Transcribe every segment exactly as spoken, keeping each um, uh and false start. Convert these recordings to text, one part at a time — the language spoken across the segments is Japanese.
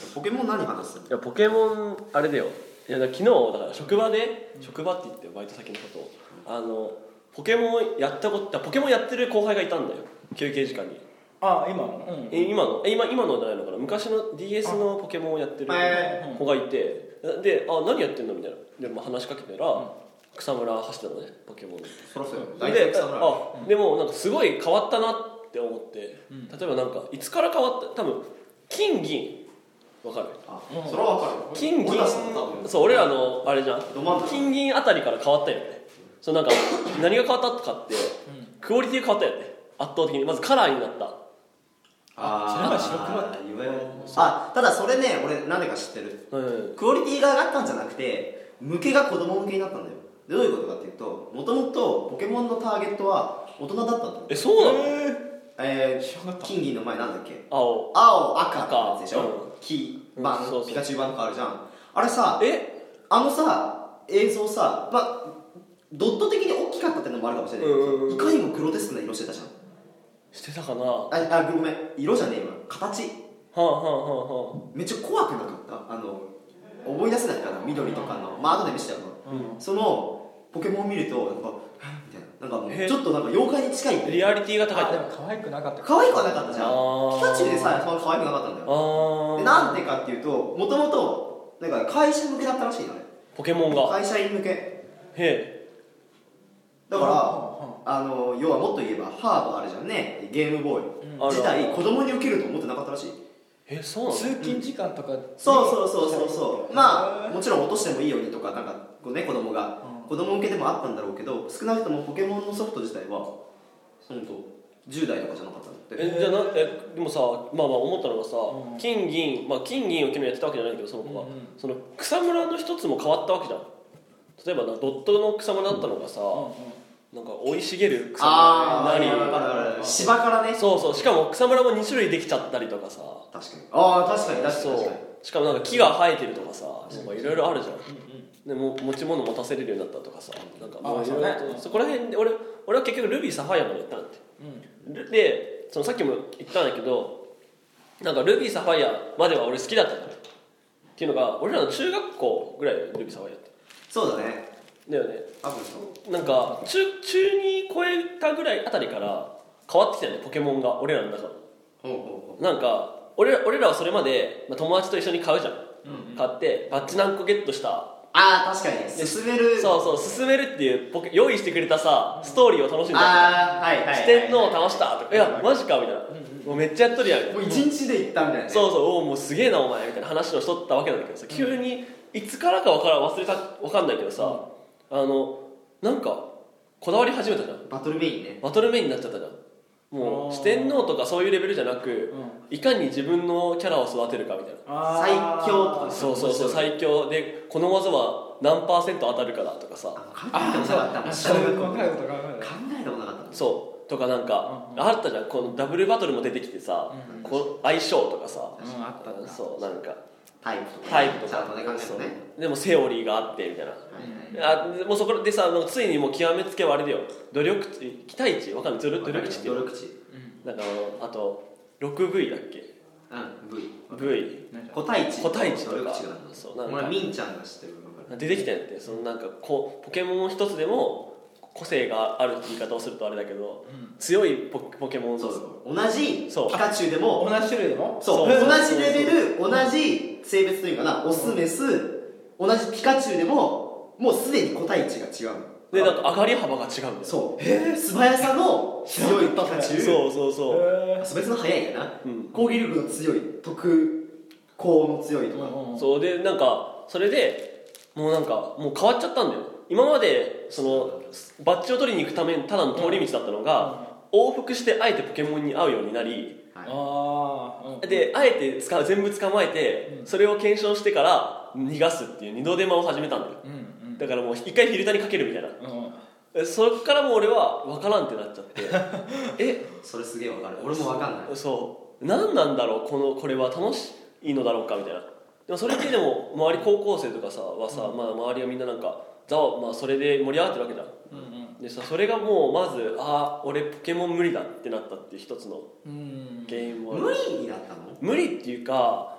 ポケモン何話す？ いやポケモンあれだよ。いやだ昨日だから職場で、うん、職場って言ってバイト先のことをあのポケモンやったことポケモンやってる後輩がいたんだよ休憩時間に。 あ今の、うん、 え今のえ今今のじゃないのかな昔の ディーエス のポケモンをやってる子がいて、であ何やってんのみたいなで、まあ、話しかけたら、うん、草むら走ってたのねポケモンそらそうよ大体草むらあ、うん、でもなんかすごい変わったなって思って、うん、例えばなんかいつから変わった多分金銀わかる？ あ、それはわかる。 金銀そう俺らのあれじゃん金銀あたりから変わったよね。そうなんか何が変わったかって、うん、クオリティが変わったよね圧倒的に。まずカラーになった。 あそれは白黒って言われる。あただそれね俺何でか知ってる、うん、クオリティが上がったんじゃなくて向けが子供向けになったんだよ。でどういうことかっていうともともとポケモンのターゲットは大人だったんだよ。 えそうなの？ えー、金銀の前なんだっけ青青赤ってやつでしょ、うん、黄版、 うん、そうそうピカチュウ版とかあるじゃん。あれさえあのさ映像さ、まあ、ドット的に大きかったっていうのもあるかもしれないけど、うん、いかにもグロテスクな色してたじゃん。 してたかなああごめん色じゃねえわ形はあはあはあはあめっちゃ怖くなかった？あの思い出せないかな緑とかのまあ後で見せてやるの、うん、そのポケモンを見るとなんかみたいななんかもうちょっとなんか妖怪に近いリアリティが高い。 あでも可愛くなかった可愛くはなかったじゃん。ピカチュウでさえそんな可愛くなかったんだよ。でなんでかっていうともともとなんか会社向けだったらしいのねポケモンが。 会社員向けへえだからあの要はもっと言えばハードあるじゃんねゲームボーイ、うん、自体子供に受けると思ってなかったらしい。 えそうなの？ 通勤時間とか、うん、 そうそうそうそうそうまあもちろん落としてもいいようにとかなんかこうね子供が、うん、子供向けでもあったんだろうけど少なくともポケモンのソフト自体は本当じゅう代とかじゃなかったんだって。 えじゃあなえでもさまあまあ思ったのがさ、うん、金銀まあ金銀を昨日やってたわけじゃないけどその子は、うんうん、その草むらの一つも変わったわけじゃん。例えばなドットの草むらだったのがさ、うんうんなんか生い茂る草むらになり芝からねそうそうしかも草むらもに種類できちゃったりとかさ確かにああ確かに確かにそうしかもなんか木が生えてるとかさいろいろあるじゃん、うんうん、でも持ち物持たせれるようになったとかさなんかもういろいろとそこら辺で俺俺は結局ルビーサファイアまでやったんだって、うん、でそのさっきも言ったんだけどなんかルビーサファイアまでは俺好きだったからっていうのが俺らの中学校ぐらいでルビーサファイアってそうだねだよね。 あそうなんか中中に超えたぐらいあたりから変わってきたよねポケモンが俺らの中の。 ほうほうほうなんか俺ら俺らはそれまで、まあ、友達と一緒に買うじゃん、うんうん、買ってバッジ何個ゲットしたああ確かに進めるそうそう進めるっていうポケ用意してくれたさストーリーを楽しんでああはいはい、はい、 四天王倒したとかいやマジかみたいな、うんうん、もうめっちゃやっとるやんもう一日で行ったみたいな、ね、 そうそうおもうすげえなお前みたいな話をしとったわけなんだけどさ、うん、急にいつからか分からん忘れた分かんないけどさ、うん、あのなんかこだわり始めたじゃんバトルメインねバトルメインになっちゃったじゃんもう四天王とかそういうレベルじゃなく、うん、いかに自分のキャラを育てるかみたいな最強とかそうそうそう最強でこの技は何パーセント当たるかだとかさ考えたことなかった考えたことなかったそうとかなんか、うん、あったじゃんこのダブルバトルも出てきてさ、うん、こ相性とかさ、 うん、あったそうなんかタイプとかタイプとか、 ねね、 でもセオリーがあってみたいな、はいはい、あもうそこでさついにもう極めつけはあれだよ努力値期待値わかんない努力値っていう努力値なんかあと ろくブイ だっけうん V V 個体値個体値とかそうなんかミンちゃんが知ってる出てきたんやってそのなんかこポケモン一つでも個性があるって言い方をするとあれだけど、うん、強い ポ, ポケモンそうそう同じピカチュウでも同じ種類でもそう同じレベル同じ性別というかなオスメス同じピカチュウでももうすでに個体値が違うでなんか上がり幅が違うんだよそうへえ素早さの強いピカチュウそうそうそうそ別の速いんやな、うん、攻撃力の強い特攻の強いとか、 うんうん、そうでなんかそれでもうなんかもう変わっちゃったんだよ今までそのバッジを取りに行くためにただの通り道だったのが、うん、往復してあえてポケモンに会うようになり、はい、あであえて使う全部捕まえて、うん、それを検証してから逃がすっていう二度手間を始めたんだよ、うんうん、だからもう一回フィルターにかけるみたいな、うん、そっからもう俺は分からんってなっちゃってえそれすげえ分かる俺も分かんないそう何なんだろうこのこれは楽しいのだろうかみたいなでもそれってでも周り高校生とかさはさ、うんまあ、周りはみんななんかざわ、まあ、それで盛り上がってるわけじゃん、うんうん、でさそれがもうまずああ俺ポケモン無理だってなったっていう一つの原因もある無理になったの無理っていうか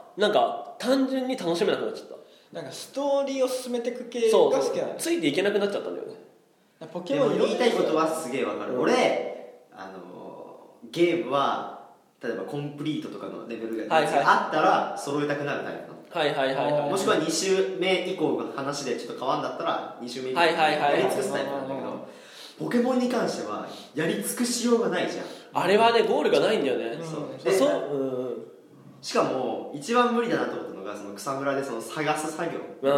なんか単純に楽しめなくなっちゃった。 なんかストーリーを進めていく系が好きなの。 そうそうついていけなくなっちゃったんだよね。 ポケモン言いたいことはすげえわかる、うん、俺あのゲームは例えばコンプリートとかのレベルがあったら揃えたくなるタイプなの。 はいはいはいはい、 もしくはに周目以降の話でちょっと変わんだったらに周目以降やり尽くすタイプなんだけど、ポケモンに関してはやり尽くしようがないじゃん。 あれはねゴールがないんだよね。 そうでそう、うん、しかも一番無理だなと思ったのがその草むらでその探す作業、うん、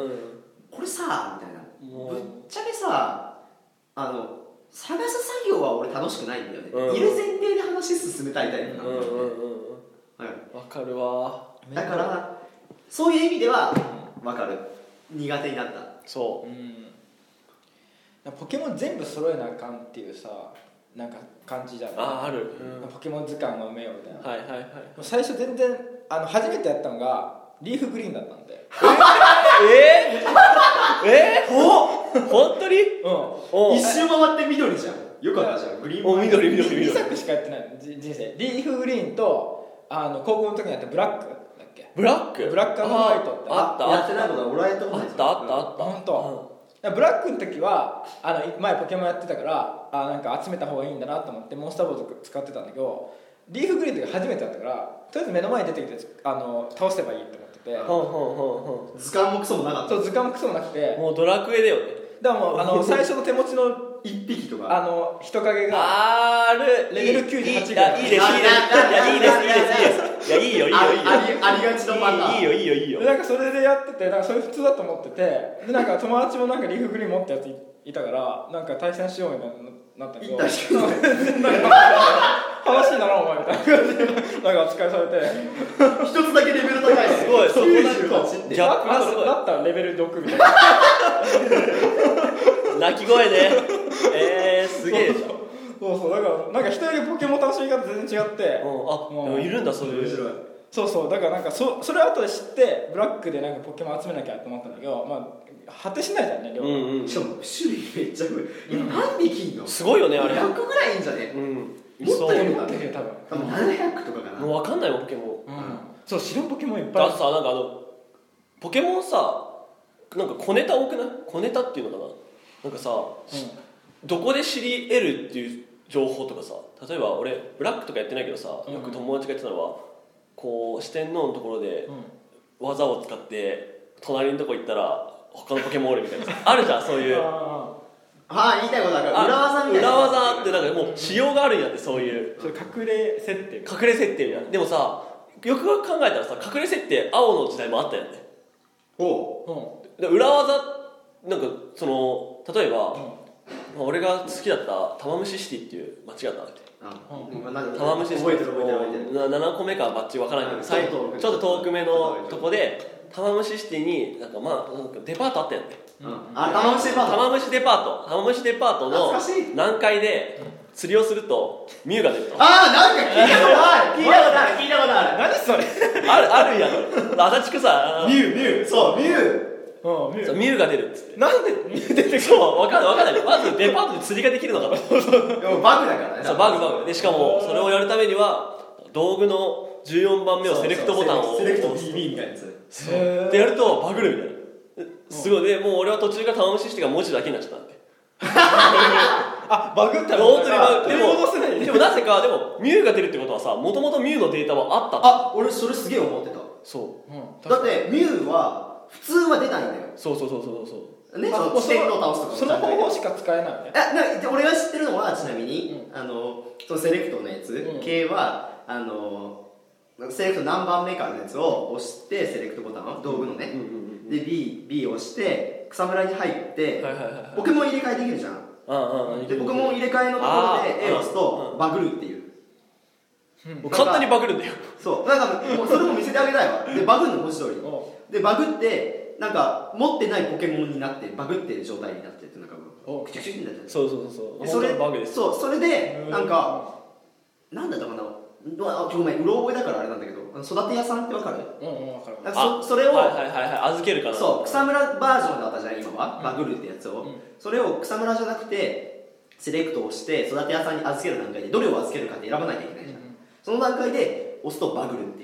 これさみたいな、ぶっちゃけさあの探す作業は俺楽しくないんだよね、うん、いる前提で話進めたいタイプなんだよね。 わかるわ。 だからそういう意味では分かる、苦手になった。 そう、 うん、ポケモン全部揃えなあかんっていうさなんか感じじゃない。 あある、 うん、ポケモン図鑑を埋めようみたいな。 はいはいはい。 最初全然あの初めてやったのがリーフグリーンだったんで。 えー、えー、ほ本当に、 うん、 一周回って緑じゃん。よかったじゃん。グリーンも緑緑緑。 にさくしかやってない人生。リーフグリーンとあの高校の時にやったブラックだっけ。 ブラックブラック&ホワイトってあった。 やってないことは俺はやったことない。 あったあったあった。 本当。ブラックの時はあの前ポケモンやってたからあなんか集めた方がいいんだなと思ってモンスターボール使ってたんだけど、リーフグリーンの時初めてだったからとりあえず目の前に出てきてあの倒せばいいと思ってて、 ほんほんほんほん図鑑もクソもなかった。 そう図鑑もクソもなくて、 もうドラクエだよね。 だからもうあの最初の手持ちの一匹とかあの人影があるレベルきゅうじゅうはちぐらい。 いいですいいですいいですいいですいやいいよいいよいいよありがちのパターン。 いいよいいよいいよ。 なんかそれでやっててなんかそれ普通だと思ってて、でなんか友達もなんかリーフグリーン持ったやついたからなんか対戦しようみたいになったけど、話にならんお前みたいな感じでなんか扱いされて一つだけレベル高いすごい。 きゅうじゅうはちってだったらレベルろくみたいな鳴き声ね。えー、すげえじゃん。 そうそうだからなんか一人でポケモン楽しみ方全然違って、 うん、あ、でもいるんだそういう。 そうそうだからなんか そ, それ後で知ってブラックでなんかポケモン集めなきゃと思ったんだけど、まあ果てしないじゃんね量、 うんうん、しかも種類めっちゃ増える。今何匹いんの？ すごいよねあれ。 ひゃくぐらいいんじゃね？ うん。 もっといるんだね。 多分ななひゃくとかかな。 もう分かんないもんポケモン。うん。 そう知らんポケモンいっぱい。 だってさなんかあのポケモンさなんか小ネタ多くない？小ネタっていうのかな。なんかさ、うん、どこで知り得るっていう情報とかさ、例えば俺ブラックとかやってないけどさ、よく友達が言ってたのはこう四天王のところで技を使って隣のとこ行ったら他のポケモンおるみたいなあるじゃんそういうああ言いたいことだから裏技みたいな裏技ってなんかもう仕様があるんやってそういうそれ隠れ設定隠れ設定みたいな。でもさよく考えたらさ隠れ設定青の時代もあったよね。 おう、うん、裏技なんかその例えば、うんまあ、俺が好きだった玉虫シティっていう街があったんだって。玉虫シティのななこめかバッチ分からないけどちょっと遠くめのとこで玉虫シティになんかまあなんかデパートあったやんね、 うん、あ玉虫デパート玉虫デパート玉虫デパートの何階で釣りをするとミュウが出ると。 ああなんか聞いたことある聞いたことある聞いたことある何それあるあるやん足立区さミュウミュウそうミュウうん、ミュウが出るっつって。 なんでミュウ出てくるそう分かんない分かんない。まずデパートで釣りができるのかな。 でもバグだからね。 そうバグバグでしかもそれをやるためには道具のじゅうよんばんめをセレクトボタンをセレクト ビービー みたいなやつそうでやるとバグるみたいなすごいでもう俺は途中から玉虫してが文字だけになっちゃったんであバグったら本当にバグでも戻せないでもなぜかでもミュウが出るってことはさもともとミュウのデータはあったあ俺それすげえ思ってたそう、 うん、だってミュウは普通は出ないんだよ。 そうそうそうそうそうね、その四天王倒すとかその方法しか使えないね。 えな俺が知ってるのはちなみに、うん、あのそのセレクトのやつ、うん、系はあのセレクト何番目かのやつを押してセレクトボタン道具のね、うんうんうん、で B, B を押して草むらに入って、はいはいはいはい、ポケモン入れ替えできるじゃん。 ああでポケモン入れ替えのところで A を押すとバグるっていう。 もう簡単にバグるんだよ。 そうなんかもうそれも見せてあげたいわ。でバグるの文字通りでバグってなんか持ってないポケモンになってバグってる状態になっててなんかクチュクチュになってる。 そうそうそうそれバグです。 そうそれでなんかなんだったかなあごめんうろ覚えだからあれなんだけど育て屋さんってわかる？ うんうんわかる。 そ, それを、 はいはいはいはい、預けるかな。 そう草むらバージョンだったじゃん今は、うん、バグるってやつを、うん、それを草むらじゃなくてセレクトをして育て屋さんに預ける段階でどれを預けるかって選ばなきゃいけないじゃん、うん、その段階で押すとバグるっていう、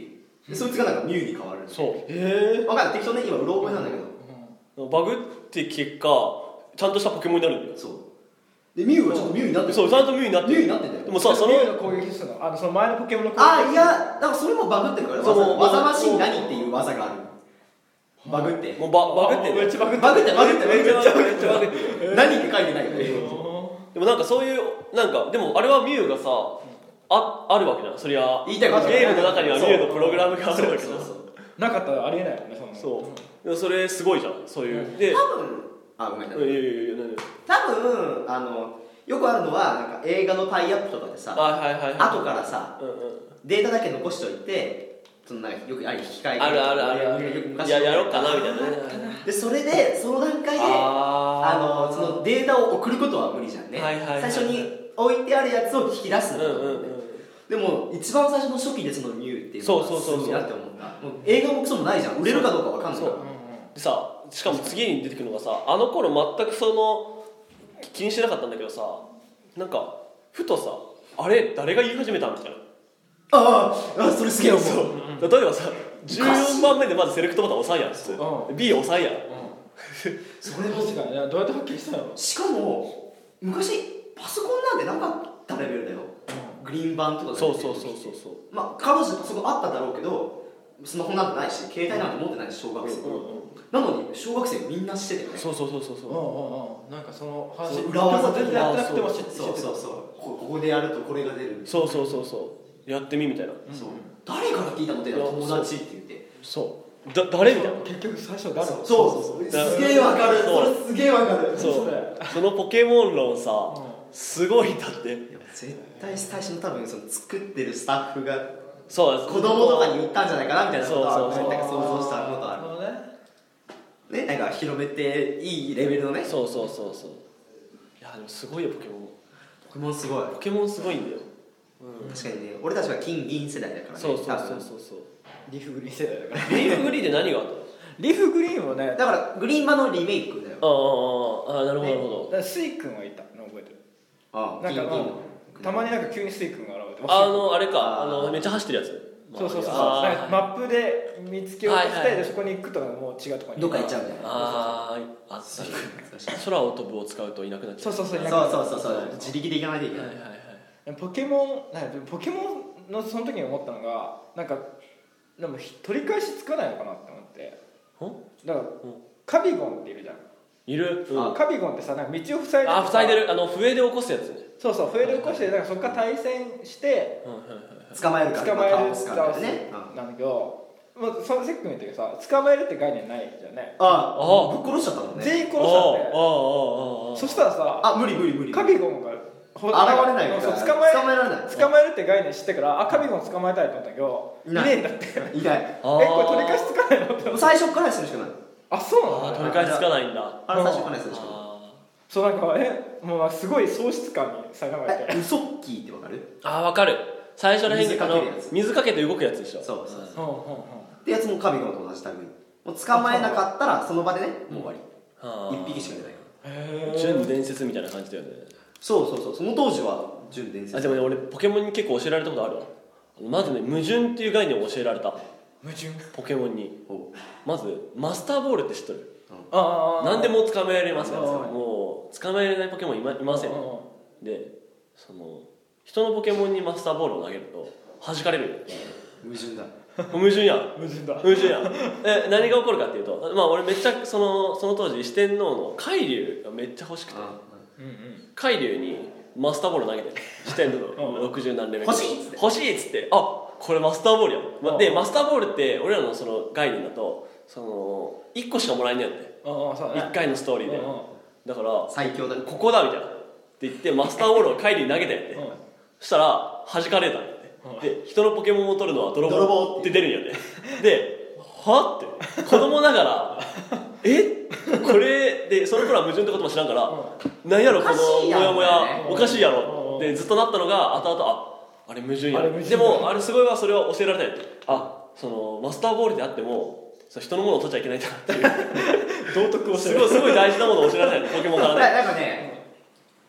でそいつがなんかミュウに変わる。 そうへえ分かんない、適当ね今うろ覚えなんだけど、 バグって結果ちゃんとしたポケモンになるんだよ。 そうでミュウはちょっとミュウになってる。 そうちゃんとミュウになってる。 ミュウになってんだよ。 でもさそのミュウの攻撃するのあのその前のポケモンの攻撃あいやなんかそれもバグってるからそう技技マシン何っていう技がある。バグってもうババグってんだよ。 めっちゃバグってバグってバグってめっちゃバグってめっちゃバグってる。 何って書いてないよね。 でもなんかそういうなんかでもあれはミュウがさああるわけじゃん。そりゃ言いたいことゲームの中にはミュウのプログラムがあるわけじゃん。 そうそうそうなかったらありえないよねそんなのそうでもそれすごいじゃんそういうで多分あごめんなさい。 いやいやいやいや何多分あのよくあるのはなんか映画のタイアップとかでさ、 はいはいはい後からさうんうんデータだけ残しといてそのなんかよくある引き換えあるあるあるあるいややろうかなみたいなねでそれでその段階でああのそのデータを送ることは無理じゃんね、 はいはいはい最初に置いてあるやつを引き出すの、 うんうんうんでも一番最初の初期でそのミュウっていうのがそうそうそうそうすごいなって思った。もう映画もクソもないじゃん、売れるかどうかわかんないから。 でさしかも次に出てくるのがさあの頃全くその気にしてなかったんだけどさなんかふとさあれ誰が言い始めたみたいなあーあそれすげえ思う。 そう例えばさじゅうよんばんめでまずセレクトボタン押さんやん普通、 うん B 押さんやんそれ確かにねどうやって発見したのしかも昔パソコンなんてなかったレベルだよ、グリーン版とかそうそうそうそうそうまあ彼女パソコンあっただろうけどスマホなんてないし携帯なんて持ってないし小学生、 うんうんうんなのに小学生みんな知っててね。 そうそうそうそうそううんうんうんなんかその話そう裏技全然やってなくても知ってそうそうそうこここでやるとこれが出る。 そうそうそうそうやってみみたいな、 そう誰から聞いたのって友達って言ってそうだ誰みたいな結局最初誰そうそうそうすげえわかる。それすげえわかる。 そうそれそのポケモン論さ、すごいんだっていや絶対最初の多分その作ってるスタッフがそう子供とかに言ったんじゃないかなみたいなことはそうそうそうなんか想像したことある。ね、なんか広めていいレベルのね。 そうそうそうそういやでもすごいよポケモンポケモンすごい。 ポケモンすごいんだよ、 うん、確かにね俺たちは金銀世代だからね。 そうそうそう多分そうそうリーフグリーン世代だからリーフグリーンで何があったのリーフグリーンはねだからグリーン版のリメイクだよ。 ああああなるほどなるほど、 だからスイ君はいたの覚えてるああなんか金銀のたまになんか急にスイ君が現れてあのあれかあーあのめっちゃ走ってるやつそうそうそうあーなんかマップで見つけようとして、 はいはいでそこに行くともう違うところにどっか行っちゃうみたいな。 あーあったね空を飛ぶを使うといなくなっちゃそううそうそうそうそうそうそう自力で行かないといけないい。 ははいはいポケモンなんかポケモンのその時に思ったのがなんかでも取り返しつかないのかなって思ってほだからんカビゴンっているじゃん、 いる、うん、あカビゴンってさなんか道を塞いでる塞いでるあの笛で起こすやつねそうそう笛で起こしてなんかそこから対戦してうんはいはいはい捕まえるから捕まえる倒すからね。 ねなんだけどまあそのセックン言ったけどさ捕まえるって概念ないじゃんねあああぶっ殺しちゃったもんね。 全員殺しああちゃってああああそしたらさあ無理無理無理。 カビゴンがほ現れないからそう捕まえ捕まえられない。 捕まえるって概念知ってからあカビゴン捕まえたいと思ったけどいいないねえんだってえいない。 あーこれ取り返しつかないのって思って最初からするしかない。 あそうなのあー取り返しつかないんだあれ最初からするしかない。 あそうなんかえもうすごい喪失感に苛まれてえウソッキーってわかる？ あ分かる最初の辺水かけるやつあの水かけて動くやつでしょそうそうそう。 うんうんうんってやつもカビゴンと同じ類。もう捕まえなかったらその場でねもう終わり。 あー一匹しか出ない。 へー純伝説みたいな感じだよねそうそうそう。その当時は純伝説。 あでもね俺ポケモンに結構教えられたことあるわあのまずね矛盾っていう概念を教えられた矛盾ポケモンにおうまずマスターボールって知っとるああ何でも捕まえられますからあーもう捕まえられないポケモンいまいませんでその人のポケモンにマスターボールを投げると弾かれるよ矛盾だ。 矛盾やん矛盾だ矛盾やんえ何が起こるかっていうとまあ俺めっちゃそのその当時四天王の海竜がめっちゃ欲しくてうんうん海竜にマスターボール投げて四天王のろくじゅう何レベル欲しいっつって欲しいっつってあこれマスターボールやん、ま、でマスターボールって俺らのその概念だとそのいっこしかもらえんねやってああそうだねいっかいのストーリーでうんうんだから最強だ。 ここだみたいなって言ってマスターボールを海竜に投げたんやってうんそしたら弾かれたんやってで人のポケモンを取るのは泥泥棒棒って出るんやねではって子供ながらえこれでその頃は矛盾ってことも知らんから何やろこのモヤモヤおかしいやろでずっとなったのが後々ああれ矛盾やあれ矛盾でもあれすごいはそれは教えられたんやってあそのマスターボールであってもそう人のものを取っちゃいけないんだっていう道徳をすごいすごい大事なものを教えられたんやポケモンからねなんかね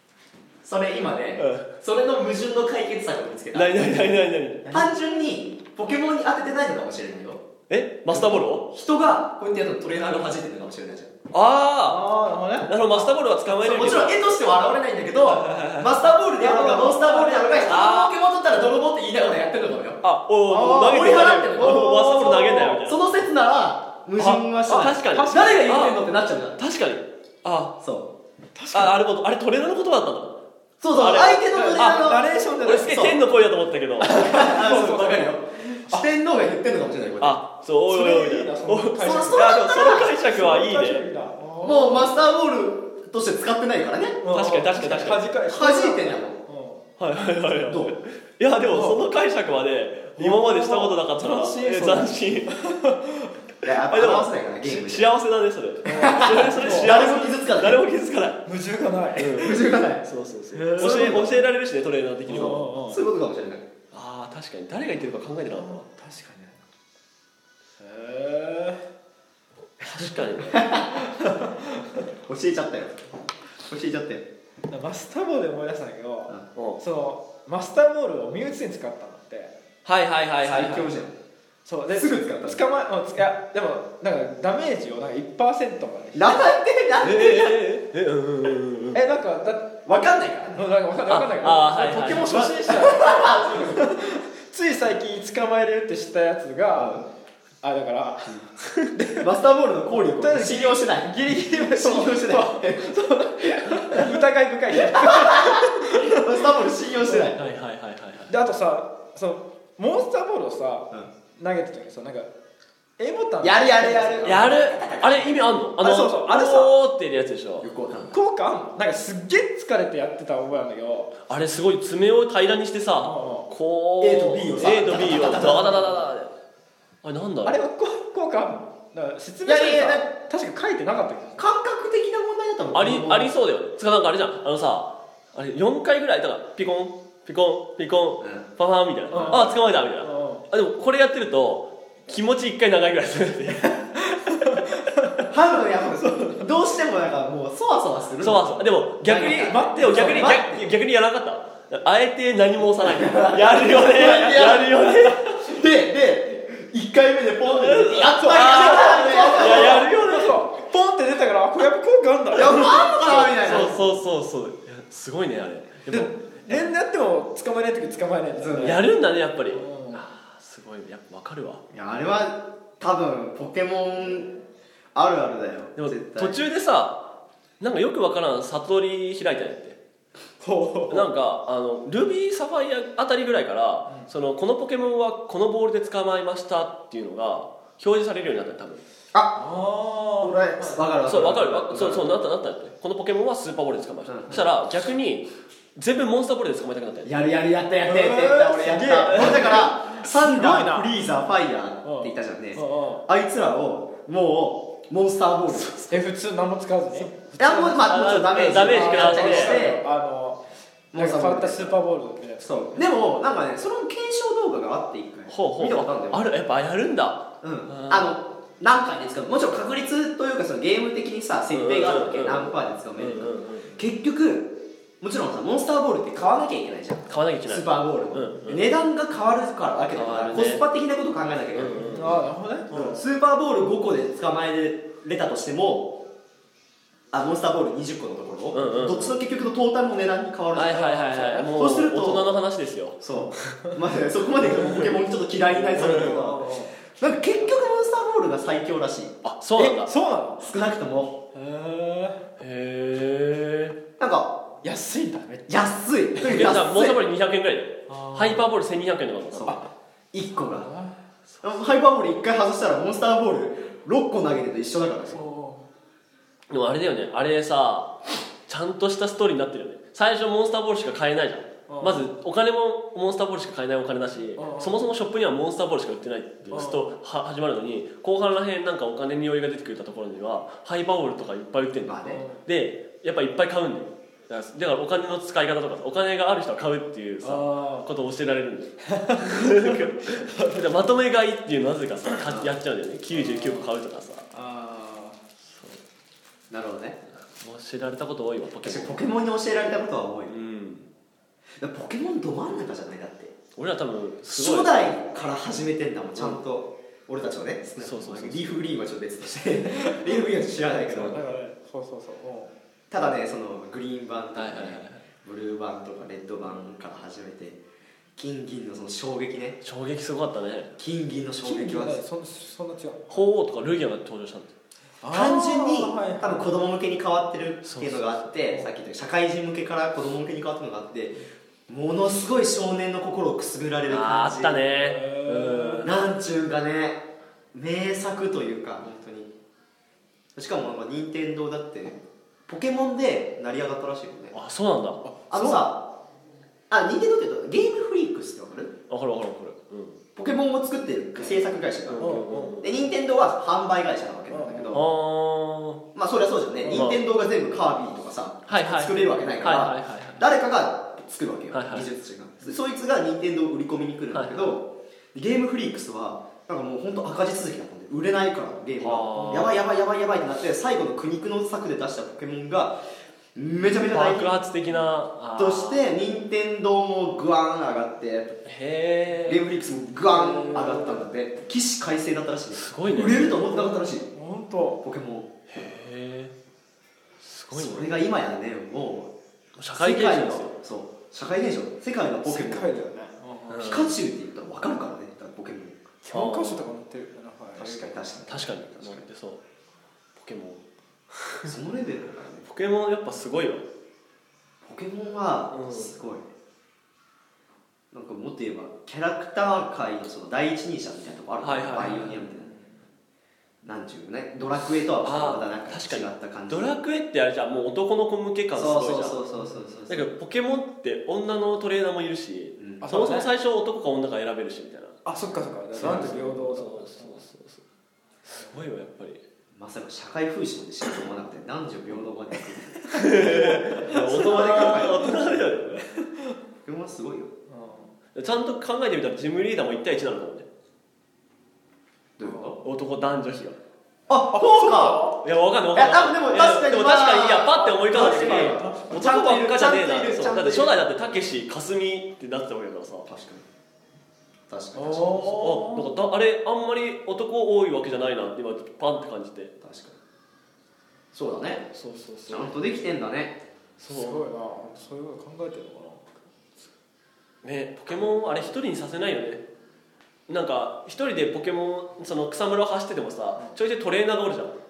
それ今ねうんそれの矛盾の解決策を見つけた。 何何何何何単純にポケモンに当ててないのかもしれないよ。 えマスターボールを人がこうやってやるとトレーナーが弾いてるのかもしれないじゃん。 あああなるほどね。 あなるほどマスターボールは捕まえれるもちろん絵としては現れないんだけどマスターボールでやるのかモンスターボールでやるのか人のポケモン取ったら泥棒って言いながらやってるのかもよ。 あおおあ投げて追い払ってる投げてマスターボール投げんなよみたいな。 その説なら矛盾はしない。 確かに誰が言ってんのってなっちゃうじゃん。 確かにあそうああれもあれトレーナーの言葉だったんだ。 そうそう、 あれ相手のトレーナーのナレーションで俺すげえ天の声だと思ったけどそうそう分かるよ。四天王が言ってんのかもしれないこれ。 あそうおいおいおいみたいな。 それいいなその解釈そいやでもその解釈はいいね。 もうマスターボールとして使ってないからね。 確かに確かに確かに弾いてんだもん。 はいはいはいはいどう？ いやでもその解釈はね今までしたことなかったから斬新え斬新いや、 あでも表せないからゲームで。 幸せだねそれそれそれ幸せ誰も傷つかない。 誰も気づかない矛盾がない矛盾がない。 そうそうそうへー教え教えられるしねトレーナー的にうんもうんうんそういうことかもしれない。 ああ確かに誰が言ってるか考えてなかったわ確かにへえ確かにね教えちゃったよ。教えちゃったよ。 マスターボールで思い出したんだけど、 うんそのマスターボールをミュウツーに使ったんだってはいはいはいはい最強じゃん。 そうですぐ使ったの捕まえもうついやでもなんかダメージをなんか いちパーセントまでなんでなんえでええええうんうんうんうんえなんかだわかんないからね。 なんかわかんないわかんないけどああはいはいポケモン初心者つい最近捕まえれるって知ったやつがあだからマスターボールの効力を信用しない。 ギリギリまで信用しない。マ疑い深いスターボール信用してない。 はいはいはいはいはいであとさそのモンスターボールをさう投げた時にさなんか A ボタンやるやるやる。 やるあれ意味あんのあのあれそうそうあれさおーっていうやつでしょよくわかんない。 効果あんのなんかすっげえ疲れてやってた覚えあるんだけどあれすごい爪を平らにしてさうんこう A と B をさ A と B をダダダダダダあれなんだあれはこ効果あんのだから説明書にいやいやいやさ確か書いてなかったっけ感覚的な問題だと思う。 ありありそうだよねつかなんかあれじゃんあのさあれよんかいぐらいだからピコンピコンピコン、 うんパファンみたいな、 うんあ捕まえたみたいな、 うんあでもこれやってると気持ちいっかい長いぐらいするんで多分やっぱどうしてもなんかもうそわそわする。 そうそうでも逆になんか待ってよ逆に待逆逆にやらなかったあえて何も押さないやるよねやるよねででいっかいめでポンってやっぱりやいややるよねそうポンって出たからあこれやっぱ効果あんだやっぱあんのかなみたいな。 そうそうそうそういやすごいねあれでも連打やっても捕まえない時捕まえないんだよねやるんだねやっぱりうんあーすごいやっぱ分かるわいやあれは多分ポケモンあるあるだよ。 でも絶対途中でさなんかよく分からん悟り開いたんやってほうなんかあのルビーサファイアあたりぐらいから、そのこのポケモンはこのボールで捕まえましたっていうのが表示されるようになったよ多分ああ俺わかるわかる。 そう分かるわそうそうなったなったんやってこのポケモンはスーパーボールで捕まえました、 うんそしたら逆に全部モンスターボールで捕まえたくなったんややるやるやったやったやったやった俺やっすげえた。俺だからサンすごいダなーフリーザーファイヤーって言ったじゃんね。 うんうんあいつらをもうモンスターボール。いえ普通何も使わずにやもうまあもちろんダメージダメージ食らわせてしてあのなんか変わったスーパーボールみたいなやつそうでもなんかねその検証動画があって一回ほうほう見たことあるんだよ。 あるやっぱやるんだうんうんあの何回で使うもちろん確率というかそのゲーム的にさ設定があるわけうんうんうん何パーで使うめるかうんうんうん結局もちろんさモンスターボールって買わなきゃいけないじゃん買わなきゃいけないスーパーボールも、 うんうん値段が変わるからわけだから、 変わるねコスパ的なことを考えなきゃいけない、 うんうんああなるほどねうんスーパーボールごこで捕まえれたとしてもあモンスターボールにじゅっこのところ、 うんうんどっちの結局のトータルの値段に変わるじゃんはいはいはいはいもうそうすると大人の話ですよそうまあねそこまでポケモンちょっと嫌いになりそうだけどなんか結局モンスターボールが最強らしいあそうなんだえそうなの少なくともへへなんかえ安いんだめっちゃ安いえじゃあモンスターボールルにひゃくえんぐらいであーハイパーボールせんにひゃくえんとかだそうったいっこがハイパーボールいっかい外したらモンスターボールろっこ投げてと一緒だからねでもあれだよねあれさちゃんとしたストーリーになってるよね最初モンスターボールしか買えないじゃんうんまずお金もモンスターボールしか買えないお金だしうんそもそもショップにはモンスターボールしか売ってないっていうストは始まるのに後半らへんなんかお金に酔いが出てくれたところにはハイパーボールとかいっぱい売ってんだよまあねでやっぱいっぱい買うんだよだからだからお金の使い方とかさお金がある人は買うっていうさあことを教えられるんだよでまとめ買いっていうなぜかさかやっちゃうんだよねきゅうじゅうきゅうこ買うとかさあなるほどね教えられたこと多いわポケモン私ポケモンに教えられたことは多い、 うんポケモンど真ん中じゃないだって俺ら多分すごい初代から始めてんだもんちゃんと、うん、俺たちはねそうそうそうそうリーフグリーンはちょっと別としてリーフグリーンは知らないけどそうそうそうただねそのグリーン版とかね、 はいはいはい、 ブルー版とかレッド版から始めて金銀のその衝撃ね衝撃すごかったね金銀の衝撃はそ, そんな違う鳳凰とかルギアが登場したんです単純に、 はいはい、 多分子供向けに変わってるっていうのがあってさっき言った社会人向けから子供向けに変わってるのがあってものすごい少年の心をくすぐられる感じああったねうんなんちゅうかね名作というか本当にしかもなんか任天堂だってポケモンで成り上がったらしいよねあそうなんだあのさあ任天堂って言うとゲームフリークスってわかるわかるわかるわかる、うん、 ポケモンを作ってる制作会社がある、 うんうん、 で任天堂は販売会社なわけなんだけど、 うん、 まあそりゃそうじゃんね、任天堂が全部カービィとかさ、 はいはい、 作れるわけないから、はいはいはいはい、誰かが作るわけよ、はいはい、技術者がそいつが任天堂を売り込みに来るんだけど、はいはい、ゲームフリークスはなんかもう本当赤字続きだったんで売れないからゲームがやばいやばいやばいやばいってなって最後の苦肉の策で出したポケモンがめちゃめちゃ大爆発的なとして任天堂もグワン上がってへゲームフリックスもグワン上がったんだって起死回生だったらしいすごいね売れると思ってなかったらしい本当ポケモンへえすごいねそれが今やねもう社会現象ですよそう社会現象世界のポケモン世界だよねピカチュウって言ったら分かるからねポケモン教科書とか載ってるよね確かに確かに確かに載ってそうポケモンそのレベルだからねポケモンやっぱすごいわポケモンはすごい、うん、なんかもっと言えばキャラクター界のその第一人者みたいなとこあるから、はいはいはい、バイオニアみたいななんちゅうねドラクエとはまたなんか違った感じドラクエってあれじゃんもう男の子向け感すごいじゃんそうそうそうそうそうだけどポケモンって女のトレーナーもいるし、うん、そもそも最初男か女か選べるしみたいなあそっかそっか男女平等そうそうそうすごいわやっぱりまさか社会風刺までしようと思わなくて男女平等まで大人で考え大人だよねポケモンはすごいよ、 うん、ちゃんと考えてみたらジムリーダーもいち対いちなのかもねどういうこと男男女比があ、そうかいやわかんないわかんないいやでも確かにでも確かにいやパッて思い浮かんだ時に男ばっかじゃねえなそうだって初代だってたけしかすみってなってたわけだからさ確かに確かにあなんかだあれあんまり男多いわけじゃないなって今パンって感じて確かにそうだねそうそうそうちゃんとできてんだねそうすごいなそういうこと考えてるのかなねポケモンあれ一人にさせないよねなんか一人でポケモンその草むらを走っててもさちょいちょいトレーナーがおるじゃん、うん、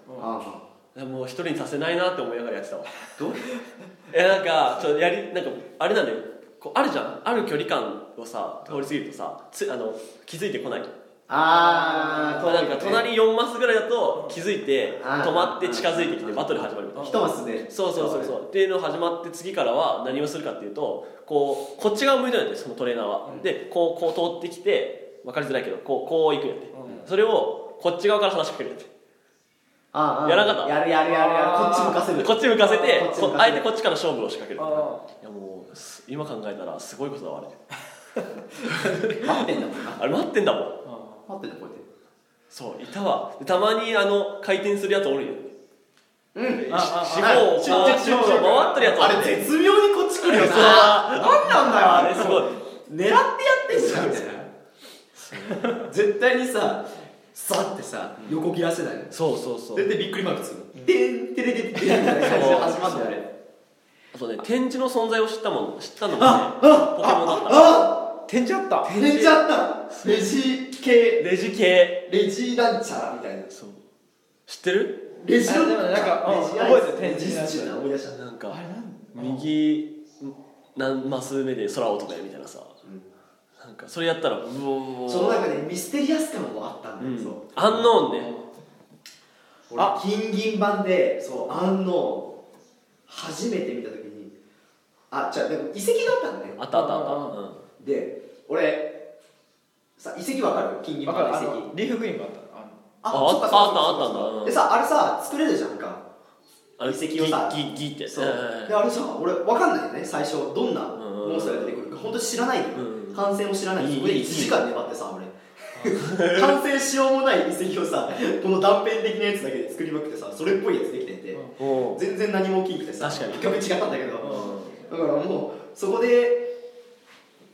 もう一人にさせないなって思いながらやってたわどういやなんかちょっとやりなんかあれなんだよこうあるじゃんある距離感をさ通り過ぎるとさつあの気づいてこないあーなんか隣よんマスぐらいだと気づいて止まって近づいてきてバトル始まるみたいな一マスでそうそうそうそうっていうの始まって次からは何をするかっていうとこうこっち側向いてるんですそのトレーナーは、うん、でこうこう通ってきて分かりづらいけどこうこう行くやって、うん、それをこっち側から話しかけるやってああやらなかったやるやるやるやるこっち向かせるこっち向かせてこあえてこっちから勝負を仕掛けるいやもう今考えたらすごいことだわあれ待ってんだもんなあれ待ってんだもん待ってんだこうやってそういたわたまにあの回転するやつおるようん四方をこう回ってるやつあれ絶妙にこっち来るよな何なんだよあれすごい狙ってやってんじゃんみたいな絶対にささってさ横切らせないのそうそうそう絶対びっくりマークするのでんてれでってみたいな感じで始まるんだよあれあとね展示の存在を知ったもん知ったのもねあポケモンだったあ展示あった展示あったレジ系レジ系レジランチャーみたいなそう知ってるレジランチャーなんか覚えてる展示中な思い出したなんか右何マス目で空を飛べみたいなさなんかそれやったらうおその中でミステリアス感もあったんだよ、うん、そうアンノーンね俺金銀版でそうアンノーン初めて見た時にあじゃあでも遺跡があったんだねあったあったあった、うん、 で俺さ遺跡わかる金銀版の遺跡リーフグリーンがあったあああったあったあったでさあれさ作れるじゃんか遺跡をさギギギってそうであれさ俺わかんないよね最初どんなモンスターが出てくるか本当に知らないよ、うん、完成も知らないそこでいちじかん粘ってさ俺完成しようもない遺跡をさこの断片的なやつだけで作りまくってさそれっぽいやつできてて、うん、全然何も大きくてさ確かに曲違ったんだけど、うん、だからもうそこで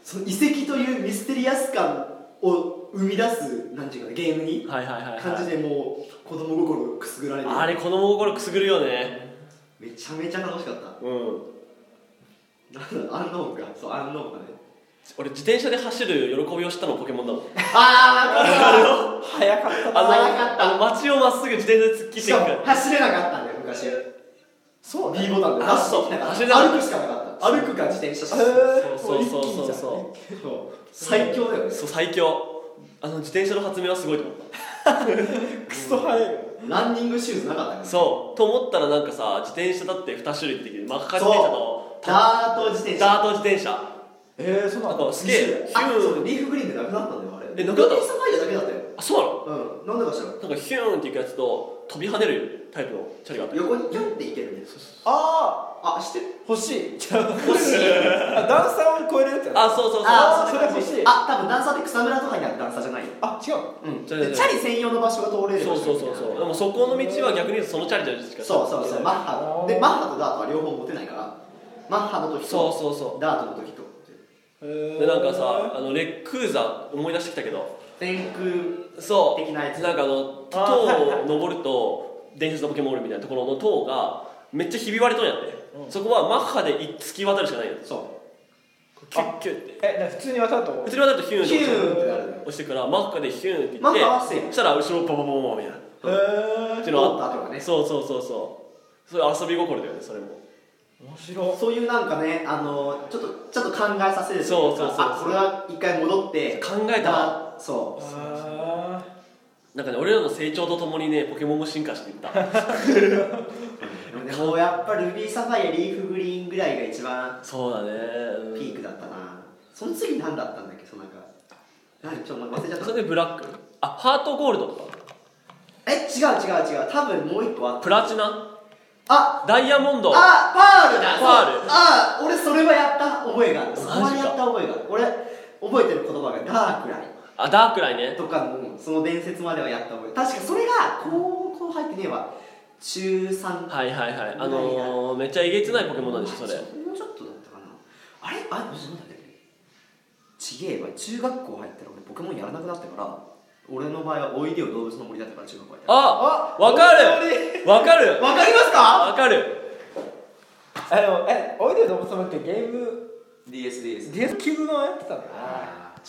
その遺跡というミステリアス感を生み出すなんていうかねゲームにはいはいはいはい感じでもう子供心くすぐられてる。 あれ子供心くすぐるよね。 めちゃめちゃ楽しかった。 うんなんだアンノーンか。そうアンノーンかね。 俺自転車で走る喜びを知ったのポケモンだもん。 ああ分かる。 早かったあの早かったあの街をまっすぐ自転車で突っ切っていくから。 走れなかったんだよ昔。 そう D ボタンであそう走れなかった歩くしかなかった。歩くか自転車しか。 そうそうそうそうそう最強だよね。 そう最強。あの自転車の発明はすごいと思ったクソ速いよ。 ランニングシューズなかったよね。 そうと思ったらなんかさ自転車だってに種類出てきてマッカ自転車とダート自転車。 ダート自転車えー、そうなんだ。 なんかすげえあそうリーフグリーンでなくなったんだよあれ。 えなくなったロビンサファイアだけだったよ。 あそうなのうんなんでかしら。 なんかヒューンっていくやつと飛び跳ねるタイプのチャリがあった横にギュンっていけるね。 ああ知ってる。 ー欲しい。 欲しい。 あ段差を超えるやつやな。 あそうそうそうあそれ欲しい。 あ多分段差って草むらとかにある段差じゃないよ。 あ違うの。 うん違う違うでチャリ専用の場所が通れる。 そうそうそうそうでもそこの道は逆に言うとそのチャリじゃしかそうそうそうマッハでマッハとダートは両方持てないからマッハの時とそうそうそうダートの時とでなんかさあのレックーザ思い出してきたけど天空そう的なやつなんかあの塔を登ると伝説のポケモンおるみたいなところの塔がめっちゃひび割れとんやって、うん、そこはマッハで突き渡るしかないんや。 そうキュッキュッってえ普通に渡ると普通に渡るとヒューンってヒューンってなる押してからマッハでヒューンってマッ言ってハはセーフそしたら後ろパパパパパみたいなへっていうの通った後がねそうそうそうそうそういう遊び心だよねそれも面白い。 そういうなんかねあのちょっとちょっと考えさせるそうそうそうそうあこれは一回戻って考えたわそうあなんかね俺らの成長とともにねポケモンも進化していったでもやっぱルビーサファイアリーフグリーンぐらいが一番そうだね、うん、 ピークだったな。その次何だったんだっけそのなんか何ちょっと忘れちゃったそれでブラックあハートゴールドとかえ違う違う違う多分もう一個あった。 プラチナあダイヤモンドあパールだパールそうあ俺それはやった覚えがある。そこはマジかやった覚えがある。俺覚えてる言葉がダークライあダークライねとかのその伝説まではやった覚え。確かそれが高校入ってねえわ中さんはいはいはいあのー、めっちゃえげつないポケモンなんでしょそれもうちょっとだったかなあれあれなんだっけちげえわ中学校入ったら俺ポケモンやらなくなってから俺の場合はおいでよ動物の森だったから中学校入ったらあわかるわかるわかりますかわかるあのえおいでよ動物の森ってゲームディーエスディーエスディーエス 級のやってたんだ。 あ